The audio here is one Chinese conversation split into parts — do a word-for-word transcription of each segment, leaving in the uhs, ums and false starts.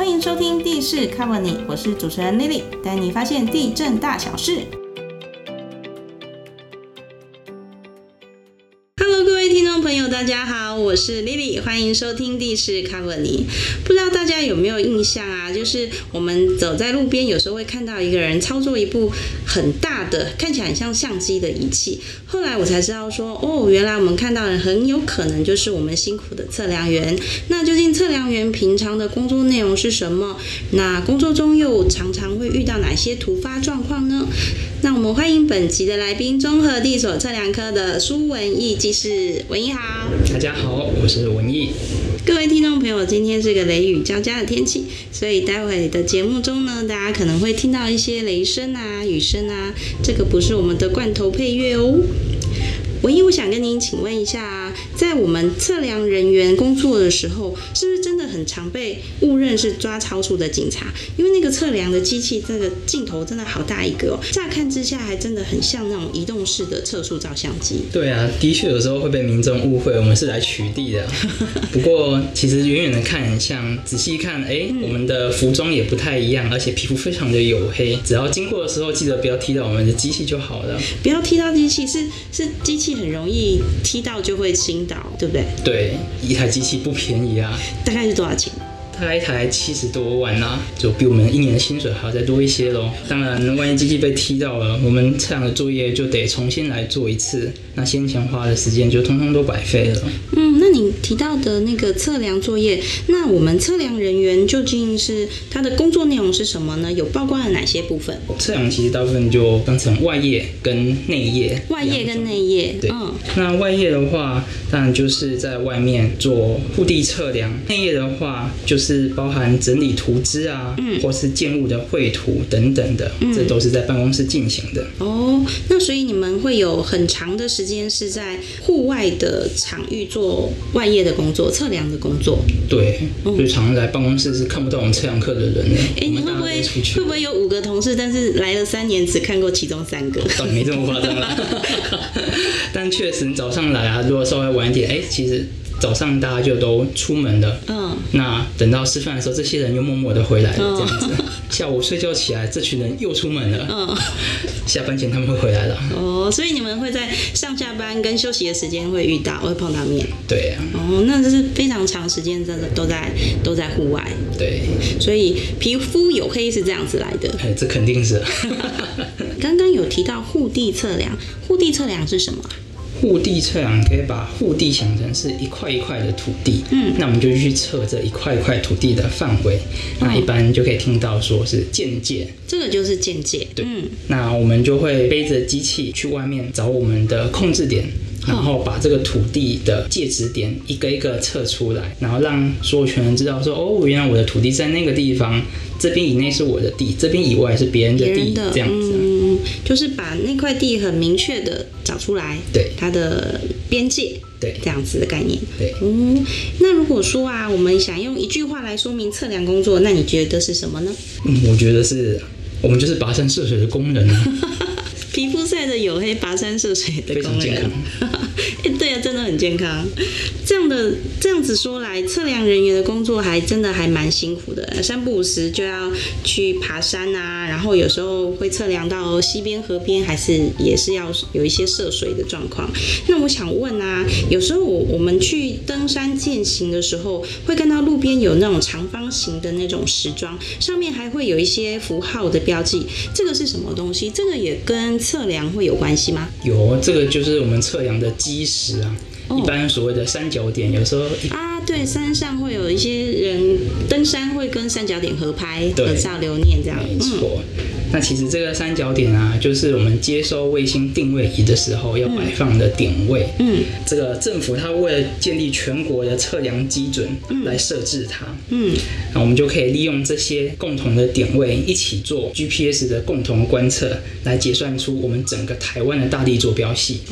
欢迎收听地势 cover 你，我是主持人 Lily， 带你发现地震大小事。Hello， 各位听众朋友，大家好，我是 Lily， 欢迎收听地势 cover 你。不知道大家有没有印象啊？就是我们走在路边，有时候会看到一个人操作一部很大的，看起来很像相机的仪器。后来我才知道说，哦，原来我们看到的很有可能就是我们辛苦的测量员。那究竟测量员平常的工作内容是什么？那工作中又常常会遇到哪些突发状况呢？那我们欢迎本集的来宾，中和地所测量科的苏文义技师。文义好。 大家好，我是文义。 各位听众朋友，今天是个雷雨交加的天气，所以待会的节目中呢，大家可能会听到一些雷声啊、雨声啊，这个不是我们的罐头配乐哦。文义，我想跟您请问一下啊，在我们测量人员工作的时候，是不是真的很常被误认是抓超速的警察？因为那个测量的机器，这个镜头真的好大一个哦，乍看之下还真的很像那种移动式的测速照相机。 对啊，的确有时候会被民众误会我们是来取缔的。不过其实远远的看很像，仔细看，哎、嗯，我们的服装也不太一样，而且皮肤非常的黝黑。只要经过的时候，记得不要踢到我们的机器就好了。 不要踢到机器，是是机器很容易踢到就会倾倒，对不对？ 对，一台机器不便宜啊。 大概是多少钱？ 大概一台七十多万啊，就比我们一年的薪水还要再多一些咯。当然，万一机器被踢到了，我们测量的作业就得重新来做一次，那先前花的时间就通通都白费了。 嗯，那你提到的那个测量作业，那我们测量人员究竟是他的工作内容是什么呢？有包括了哪些部分？ 测量其实大部分就分成外业跟内业。 外业跟内业， 对。嗯，那外业的话，当然就是在外面做户地测量；内业的话，就是是包含整理图资啊、嗯，或是建物的绘图等等的、嗯，这都是在办公室进行的。 哦，那所以你们会有很长的时间是在户外的场域做外业的工作、测量的工作。 对，嗯、所以常常来办公室是看不到我们测量课的人的。哎、 欸，你会不会会不会有五个同事，但是来了三年只看过其中三个？ 倒没这么夸张啦。但确实早上来啊，如果稍微晚一点，哎、欸，其实。早上大家就都出门了，嗯，那等到吃饭的时候，这些人又默默的回来了，嗯、这样子。下午睡觉起来，这群人又出门了，嗯，下班前他们会回来了。 哦，所以你们会在上下班跟休息的时间会遇到，会碰到面。 对啊。 哦，那这是非常长时间，真的都在都在户外。 对。 所以皮肤黝黑是这样子来的。 哎，这肯定是。 刚刚有提到户地测量，户地测量是什么？ 户地测量可以把户地想成是一块一块的土地，嗯，那我们就去测这一块一块土地的范围、嗯，那一般就可以听到说是间界， 这个就是间界， 对，嗯，那我们就会背着机器去外面找我们的控制点。然后把这个土地的界址点一个一个测出来，然后让所有权人知道说，哦，原来我的土地在那个地方，这边以内是我的地，这边以外是别人的地，这样子。 嗯，就是把那块地很明确的找出来， 对， 它的边界， 对， 这样子的概念。 对， 嗯，那如果说啊，我们想用一句话来说明测量工作，那你觉得是什么呢？ 嗯，我觉得是我们就是跋山涉水的工人啊。 皮肤晒得黝黑，跋山涉水的工人， 非常健康。 欸、对啊，真的很健康。这样的这样子说来，测量人员的工作还真的还蛮辛苦的。三不五时就要去爬山啊，然后有时候会测量到溪边、河边，还是也是要有一些涉水的状况。那我想问啊，有时候我我们去登山健行的时候，会看到路边有那种长方形的那种石桩，上面还会有一些符号的标记，这个是什么东西？这个也跟测量会有关系吗？ 有，这个就是我们测量的基石啊，哦、一般所谓的三角点，有时候啊，对，山上会有一些人登山会跟三角点合拍、合照留念这样， 没错。嗯，那其实这个三角点啊，就是我们接收卫星定位仪的时候要摆放的点位。嗯，这个政府它为了建立全国的测量基准来设置它。嗯，那我们就可以利用这些共同的点位一起做 G P S 的共同观测，来结算出我们整个台湾的大地坐标系。 哦。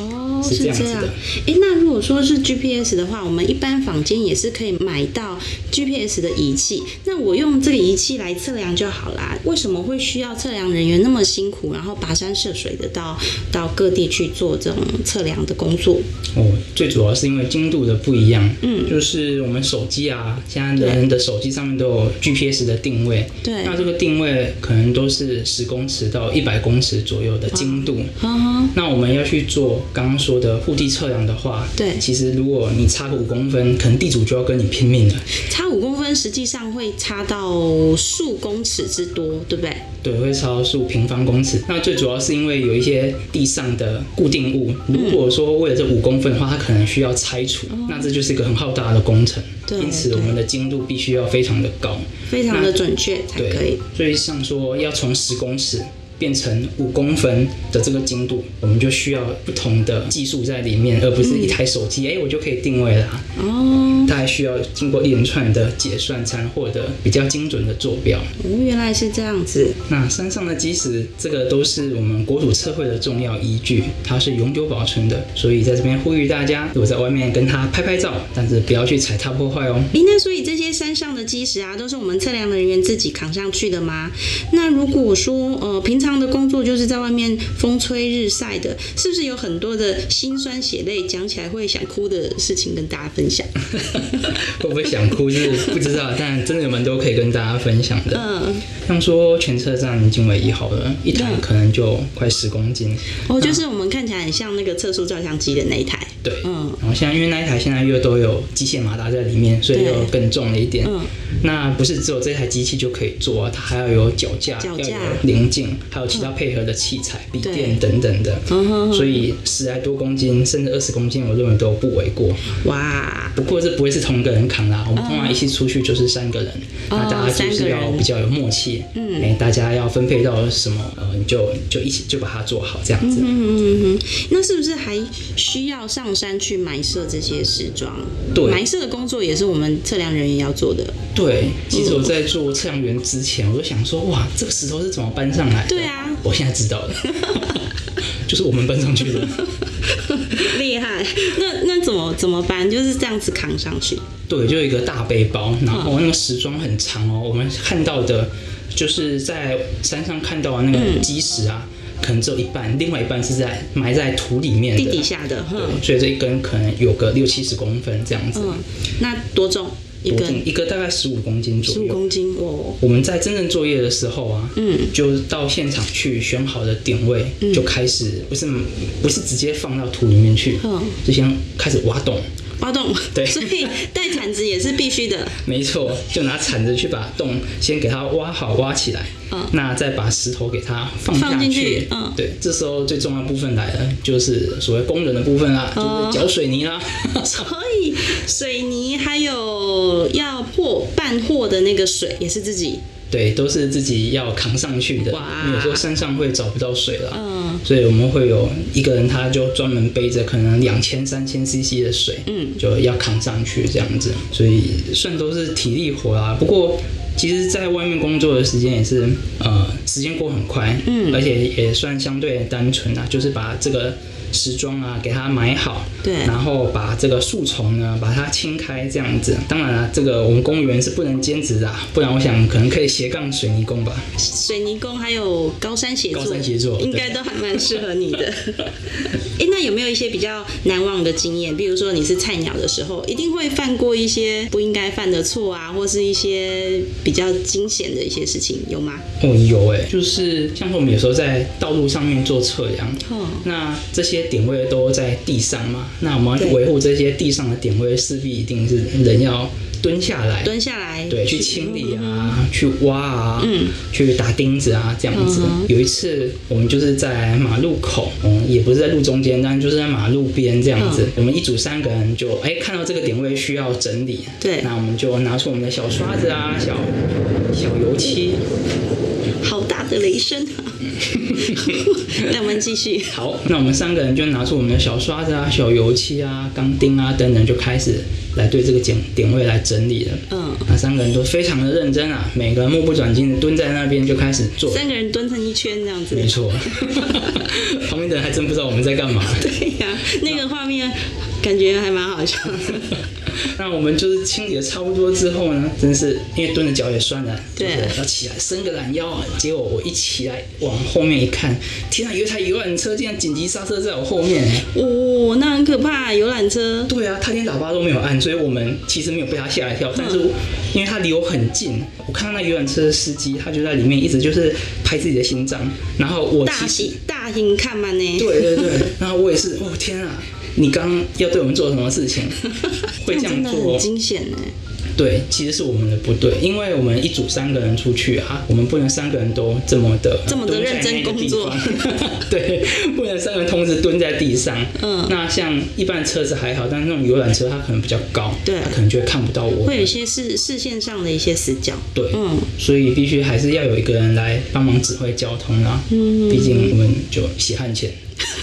是这样子的。 哎，那如果说是 G P S 的话，我们一般坊间也是可以买到 G P S 的仪器，那我用这个仪器来测量就好啦。为什么会需要测量人员那么辛苦，然后跋山涉水的到到各地去做这种测量的工作？ 哦，最主要是因为精度的不一样。嗯，就是我们手机啊，现在人的手机上面都有 G P S 的定位。 对， 那这个定位可能都是十公尺到一百公尺左右的精度。哦，那我们要去做刚刚说的户地测量的话， 对， 其实如果你差个五公分，可能地主就要跟你拼命了。 差五公分，实际上会差到数公尺之多，对不对？ 对，会超数平方公尺。那最主要是因为有一些地上的固定物，如果说为了这五公分的话，它可能需要拆除，嗯、那这就是一个很浩大的工程。因此，我们的精度必须要非常的高， 非常的准确才可以。 所以，像说要从十公尺变成五公分的这个精度，我们就需要不同的技术在里面，而不是一台手机，哎、嗯，我就可以定位啦。哦，它还需要经过一连串的解算，才能获得比较精准的坐标。 哦，原来是这样子。 那山上的基石，这个都是我们国土测绘的重要依据，它是永久保存的。所以在这边呼吁大家，如果在外面跟它拍拍照，但是不要去踩它破坏哦。 咦，那所以这些山上的基石啊，都是我们测量人员自己扛上去的吗？那如果说呃平常的工作就是在外面风吹日晒的，是不是有很多的辛酸血泪，讲起来会想哭的事情跟大家分享？ 会不会想哭是不知道，但真的有蛮多可以跟大家分享的。嗯，像说全车站经纬仪好了，一台可能就快十公斤。 哦，就是我们看起来很像那个测速照相机的那一台。 对，嗯。然后现在因为那一台现在又都有机械马达在里面，所以又更重了一点。嗯。那不是只有这台机器就可以做啊，它还要有脚架、 脚架、 要有零件，还有其他配合的器材、笔电等等的。嗯，所以十来多公斤，甚至二十公斤，我认为都不为过。哇！不过这不会是同一个人扛啦，我们通常一起出去就是三个人，嗯、那大家就是要比较有默契。嗯，哎，大家要分配到什么，呃，你就就一起就把它做好这样子。嗯嗯嗯嗯。那是不是还需要上山去埋设这些石桩？ 对， 埋设的工作也是我们测量人员要做的。 对，其实我在做测量员之前，我就想说，哇，这个石头是怎么搬上来的？ 对啊， 我现在知道了，就是我们搬上去的。 厉害，那那怎么怎么搬？就是这样子扛上去。 对，就有一个大背包，然后那个石桩很长哦。我们看到的，就是在山上看到的那个基石啊，嗯、可能只有一半，另外一半是在埋在土里面的， 地底下的。 对，所以这一根可能有个六七十公分这样子。嗯， 那多重？一根一个大概十五公斤左右。 十五公斤哦。 我们在真正作业的时候啊，嗯，就到现场去选好的点位，嗯、就开始不是不是直接放到土里面去，嗯，就先开始挖洞。 挖洞， 对， 所以带铲子也是必须的。 没错，就拿铲子去把洞先给它挖好，挖起来。嗯，那再把石头给它放下去。 放进去，嗯， 对，这时候最重要的部分来了，就是所谓工人的部分啦，嗯、就是搅水泥啦。 所以水泥还有要和拌和的那个水也是自己。 对，都是自己要扛上去的。哇！有时候山上会找不到水了，嗯，所以我们会有一个人，他就专门背着可能两千、三千 C C 的水，嗯，就要扛上去这样子。所以算都是体力活啦。不过，其实在外面工作的时间也是，呃，时间过很快，嗯，而且也算相对单纯啦，就是把这个石桩啊给它埋好，对，然后把这个树丛呢把它清开这样子。当然了，这个我们公务员是不能兼职的，不然我想可能可以斜杠水泥工吧。 水泥工还有高山协作， 高山协作应该都还蛮适合你的。哎，那有没有一些比较难忘的经验？比如说你是菜鸟的时候，一定会犯过一些不应该犯的错啊，或是一些比较惊险的一些事情，有吗？ 哦，有哎，就是像是我们有时候在道路上面做测量，哦，那这些点位都在地上嘛，那我们要去维护这些地上的点位，势必一定是人要蹲下来， 蹲下来， 对，去清理啊，嗯、去挖啊，嗯，去打钉子啊，这样子。嗯、有一次我们就是在马路口，嗯，也不是在路中间，但就是在马路边这样子。嗯、我们一组三个人就哎看到这个点位需要整理， 对， 那我们就拿出我们的小刷子啊，小小油漆。 好大的雷声啊！那我们继续。 好，那我们三个人就拿出我们的小刷子啊、小油漆啊、钢钉啊等等，就开始来对这个点点位来整理了。嗯，那三个人都非常的认真啊，每个人目不转睛的蹲在那边就开始做。 三个人蹲成一圈这样子。 没错，旁边的人还真不知道我们在干嘛。 对呀、啊，那个画面感觉还蛮好笑的。 那我们就是清理的差不多之后呢，真是因为蹲着脚也酸了，对，要起来伸个懒腰啊。结果我一起来往后面一看，天啊，有一台游览车竟然紧急刹车在我后面。 哦，那很可怕，游览车。 对啊，他连喇叭都没有按，所以我们其实没有被他吓一跳，但是因为他离我很近，我看到那游览车的司机，他就在里面一直就是拍自己的心脏，然后我大型大型看慢呢。 对对对，然后我也是，哦天啊！你刚刚要对我们做什么事情？会这样做， 真的很惊险呢。 对，其实是我们的不对，因为我们一组三个人出去啊，我们不能三个人都这么的这么的认真工作。 对，不能三个人同时蹲在地上。嗯，那像一般的车子还好，但是那种游览车它可能比较高，对，它可能就会看不到我， 会有一些视视线上的一些死角。 对，嗯，所以必须还是要有一个人来帮忙指挥交通啦。嗯，毕竟我们就血汗钱。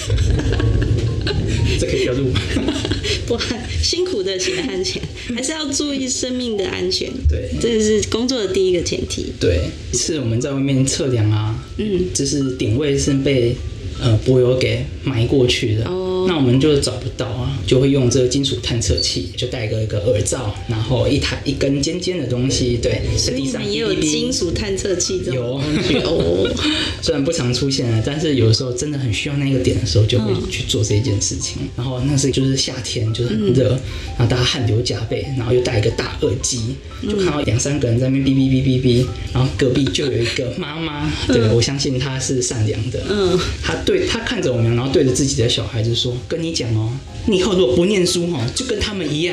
这可以要录吗？ 不，辛苦的血汗钱，还是要注意生命的安全。 对， 这是工作的第一个前提。 对，是我们在外面测量啊，嗯，就是点位是被呃柏油给埋过去的。哦。那我们就找不到啊，就会用这个金属探测器，就带个一个耳罩，然后一台一根尖尖的东西，对， 在地上也有金属探测器这种有哦，虽然不常出现啊，但是有的时候真的很需要那个点的时候，就会去做这件事情。然后那是就是夏天，就是很热，嗯、然后大家汗流浃背，然后又带一个大耳机，就看到两三个人在那边哔哔哔哔哔，然后隔壁就有一个妈妈，对、嗯、我相信她是善良的，嗯，她对她看着我们，然后对着自己的小孩子说。跟你讲哦，你以后如果不念书哦，就跟他们一样。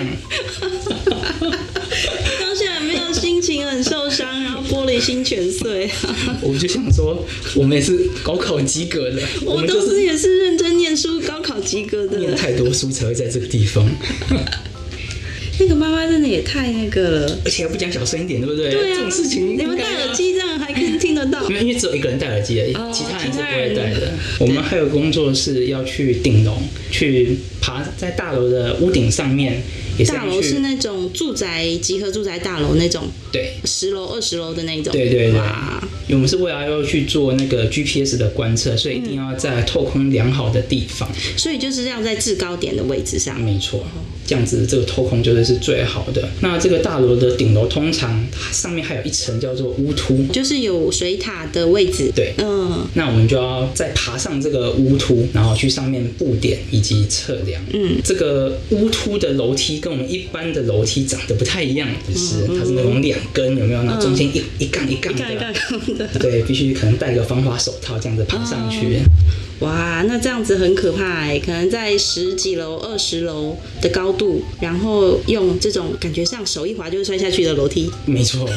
当下有没有心情很受伤，然后玻璃心全碎、啊？ 我就想说，我们也是高考及格的， 我们就是也是认真念书，高考及格的。 念太多书才会在这个地方。 那个妈妈真的也太那个了， 而且还不讲小声一点，对不对？ 对啊， 这种事情你们戴耳机这样还可以听得到。 因为只有一个人戴耳机而已，哦、其他人是不会戴的。我们还有工作是要去顶楼，去爬在大楼的屋顶上面。也是大楼是那种住宅集合住宅大楼那种， 对， 十楼二十楼的那种。 对对对，因为我们是为了要去做那个 G P S 的观测，所以一定要在透空良好的地方。 嗯、所以就是要在制高点的位置上。 没错。这样子这个透空就是是最好的。那这个大楼的顶楼通常它上面还有一层叫做屋突， 就是有水塔的位置。 对，嗯，那我们就要再爬上这个屋突，然后去上面布点以及测量。嗯，这个屋突的楼梯跟我们一般的楼梯长得不太一样，就是它是那种两根，有没有？然后中间一、嗯、一杠一杠的， 一杠一杠的。 对，必须可能戴个防滑手套这样子爬上去。嗯哇，那这样子很可怕哎，可能在十几楼、二十楼的高度，然后用这种感觉上手一滑就会摔下去的楼梯。 没错，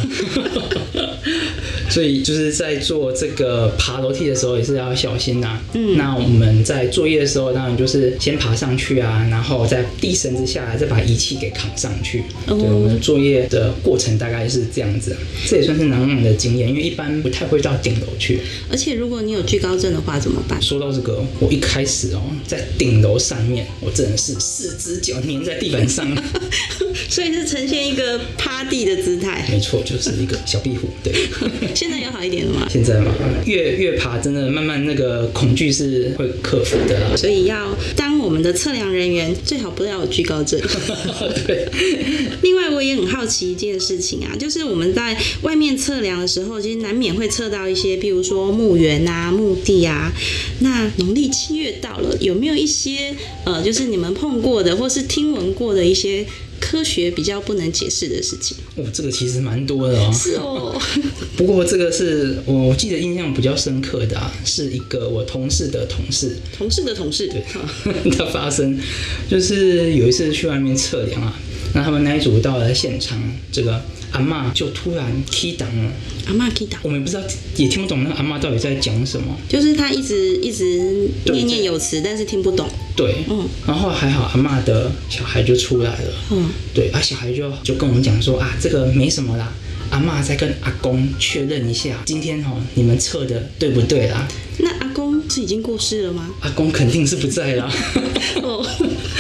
所以就是在做这个爬楼梯的时候也是要小心呐、啊。嗯，那我们在作业的时候，当然就是先爬上去啊，然后再递绳子下来，再把仪器给扛上去。哦、对，我们的作业的过程大概是这样子，这也算是难忘的经验，因为一般不太会到顶楼去。 而且如果你有惧高症的话怎么办？ 说到这个，我一开始哦，在顶楼上面，我真的是四只脚粘在地板上， 所以是呈现一个趴地的姿态。 没错，就是一个小壁虎。对， 现在有好一点了吗？ 现在嘛，越越爬，真的慢慢那个恐惧是会克服的啦。 所以要当我们的测量人员，最好不要有惧高症。 对。 另外，我也很好奇一件事情啊，就是我们在外面测量的时候，其实难免会测到一些，比如说墓园啊、墓地啊。那农历七月到了，有没有一些呃，就是你们碰过的，或是听闻过的一些科学比较不能解释的事情？ 哦，这个其实蛮多的哦。 是哦。 不过这个是我记得印象比较深刻的啊，是一个我同事的同事。 同事的同事。 对。它发生就是有一次去外面测量啊，那他们那一组到了现场，这个阿嬷就突然 key 档了。 阿嬷 key 档， 我们也不知道，也听不懂那个阿嬷到底在讲什么。 就是她一直一直念念有词，但是听不懂。 对，嗯。然后还好阿嬷的小孩就出来了。嗯。对，啊，小孩就就跟我们讲说啊，这个没什么啦。阿嬷再跟阿公确认一下，今天哦你们测的对不对啦？ 那阿公是已经过世了吗？ 阿公肯定是不在啦。哦。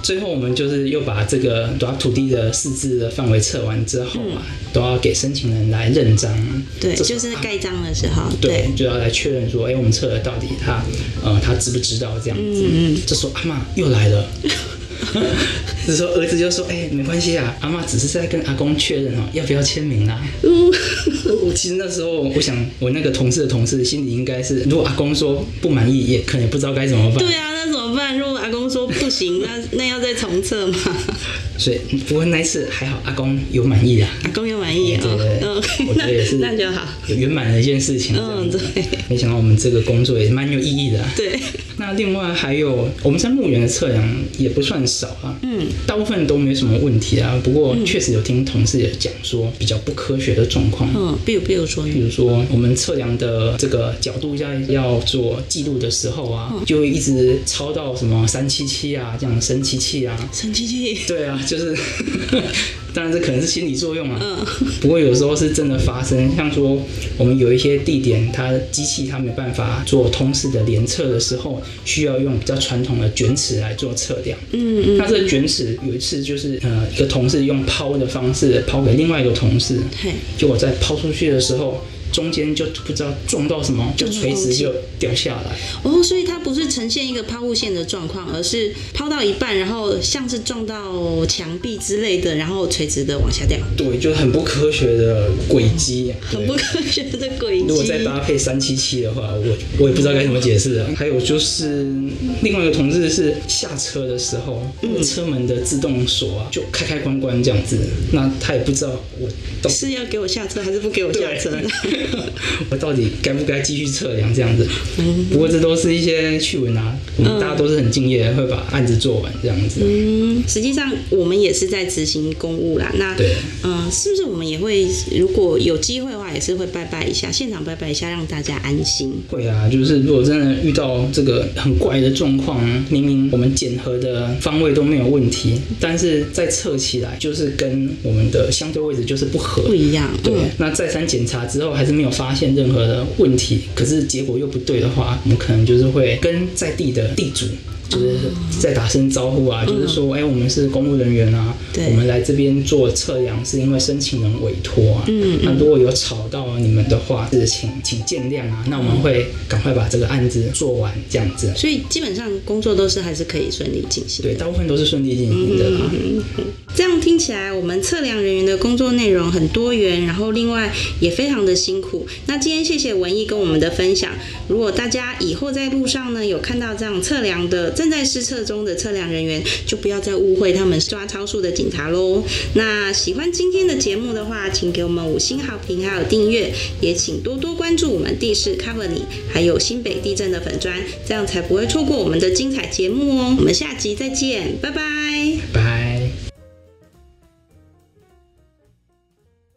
最后我们就是又把这个把土地的四字的范围测完之后啊，嗯、都要给申请人来认章。 对，就是盖章的时候，啊、 对，对就要来确认说，哎、欸，我们测了到底他呃他知不知道这样子。嗯嗯。这时候阿嬷又来了。这时候儿子就说：“哎、欸，没关系啊，阿嬷只是在跟阿公确认哦，要不要签名啊？”嗯、我其实那时候，我想我那个同事的同事心里应该是，如果阿公说不满意，也可能也不知道该怎么办。 对啊，那怎么办？如果阿公说不行，那那要再重测吗？ 所以不过那一次还好，阿公有满意啊。 阿公有满意啊、哦， 对对， 哦、 我觉得也是， 那就好， 有圆满的一件事情。 嗯，对。 没想到我们这个工作也蛮有意义的、啊。 对。 那另外还有我们在墓园的测量也不算少啊，嗯，大部分都没什么问题啊。不过确实有听同事也讲说比较不科学的状况， 嗯，比如比如说， 比如说我们测量的这个角度要要做记录的时候啊，嗯、就会一直超到什么三七七啊，这样神奇器啊， 神奇器， 对啊，就是。当然这可能是心理作用啊，嗯，不过有时候是真的发生，像说我们有一些地点，它机器它没办法做通式的联测的时候，需要用比较传统的卷尺来做测量。嗯嗯。那这个卷尺有一次就是呃一个同事用抛的方式抛给另外一个同事，结果在抛出去的时候。中间就不知道撞到什么，就垂直就掉下来。 哦，所以它不是呈现一个抛物线的状况，而是抛到一半，然后像是撞到墙壁之类的，然后垂直的往下掉。 对，就很不科学的轨迹， 很不科学的轨迹。 如果再搭配三七七的话，我我也不知道该怎么解释了。还有就是另外一个同事是下车的时候，嗯、车门的自动锁啊就开开关关这样子，那他也不知道我是要给我下车还是不给我下车。 我到底该不该继续测量这样子？不过这都是一些趣闻啊，我们大家都是很敬业，会把案子做完这样子。 嗯，实际上我们也是在执行公务啦。那对，嗯，是不是我们也会，如果有机会的话，也是会拜拜一下，现场拜拜一下，让大家安心。 会啊，就是如果真的遇到这个很怪的状况，明明我们检核的方位都没有问题，但是再测起来就是跟我们的相对位置就是不合， 不一样。 对，嗯、那再三检查之后还是没有发现任何的问题，可是结果又不对的话，我们可能就是会跟在地的地主就是在打声招呼啊，嗯、就是说，哎、欸，我们是公务人员啊，我们来这边做测量是因为申请人委托啊，嗯嗯、那如果有吵到你们的话，是请请见谅啊，那我们会赶快把这个案子做完这样子。 所以基本上工作都是还是可以顺利进行的， 对，大部分都是顺利进行的啦。嗯嗯嗯、这样听起来，我们测量人员的工作内容很多元，然后另外也非常的辛苦。那今天谢谢文艺跟我们的分享。如果大家以后在路上呢有看到这样测量的正在施测中的测量人员，就不要再误会他们是抓超速的警察咯。那喜欢今天的节目的话，请给我们五星好评还有订阅，也请多多关注我们地势 cover 你还有新北地震的粉专，这样才不会错过我们的精彩节目哦。我们下集再见，拜拜。 拜。